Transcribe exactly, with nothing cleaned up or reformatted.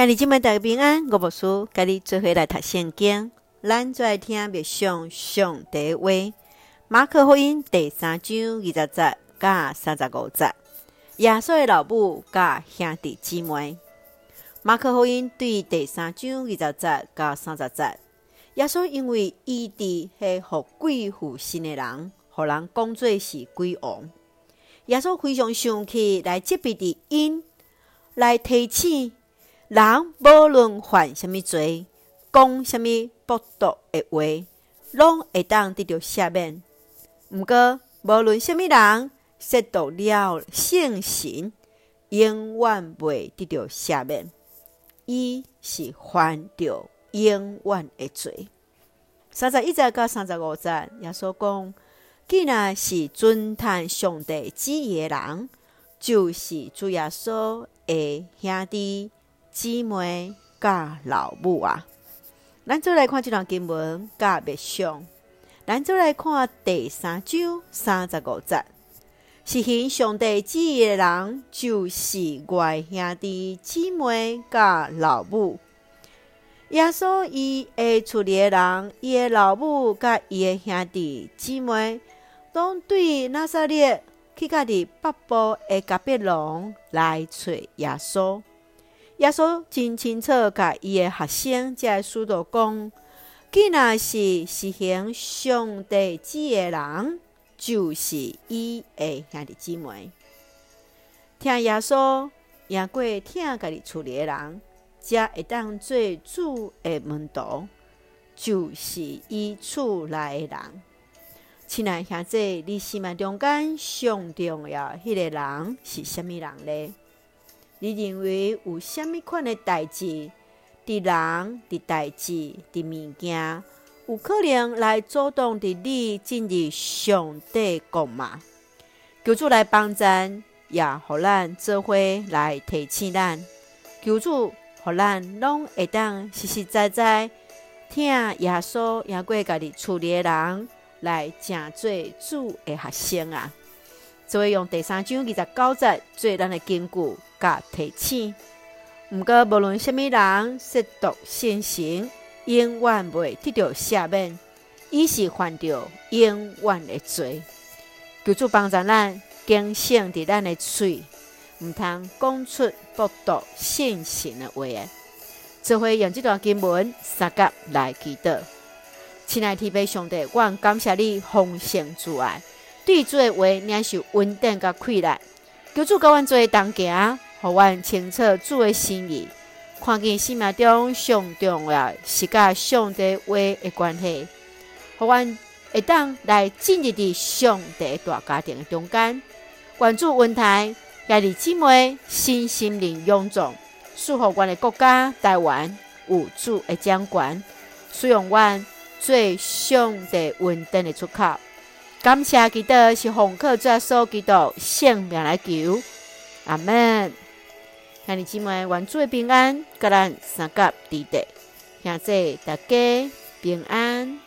兄弟姊妹大家平安，我牧师甲你做伙来读圣经。咱再来听默想上帝的话。马可福音第三章二十节甲三十五节。耶稣的老母甲兄弟姊妹。马可福音对第三章二十节甲三十节。耶稣因为伊伫是互鬼附身的人，互人讲做是鬼王。耶稣非常生气，来责备伫因，来提醒人无论犯什么罪，讲什么不道的话，拢会当得到赦免。毋过，无论什么人亵渎了圣神，永远袂得到赦免。伊是犯着永远的罪。三十一节到三十五节，耶稣讲：既然是尊崇上帝旨意的人，就是主耶稣的兄弟姊妹甲老母啊。咱再来看这段经文甲默想。咱再来看第三章三十五节。实行上帝旨意的人，就是我的兄弟姊妹甲老母。耶稣伊的厝里的人，伊的老母甲伊的兄弟姊妹，拢对拿撒勒去到伫北部的迦百农来找耶稣。耶稣真清楚甲伊的学生才会使徒讲：既然是实行上帝旨意的人，就是伊的兄弟姊妹。听耶稣赢过听家己厝里的人，才会当做主的门徒，就是伊厝内的人。亲爱兄弟，你生命中间上重要迄个人是啥物人呢？你认为有啥物款的代志，伫人、伫代志、伫物件，有可能来阻挡伫你进入上帝国吗？求主来帮咱，也互咱做伙来提醒咱。求主互咱拢会当实实在在听耶稣赢过家己厝里的人来成做主的学生啊！做用第三章二十九节做咱的根据甲提醒。毋过无论什么人亵渎圣神，永远袂得到赦免，伊是犯着永远的罪。求主帮助咱警醒伫咱的嘴，毋通讲出不道圣神的话的。做伙用这段经文三角来祈祷。亲爱的天父上帝，我感谢你丰盛慈爱，对主的话领受稳定甲快乐。求主甲阮做同行，互阮清楚主的心意，看见生命中上重要是甲上帝话的关系，互阮会当来进入伫上帝大家庭的中间。愿主恩待兄弟姊妹身心灵勇壮，赐予阮的国家台湾有主的掌权，使用阮做上帝稳定的出口。感谢祈祷是奉靠主耶稣基督圣名来求，阿们。兄弟姊妹，愿主的平安，甲咱三角伫地，兄弟大家平安。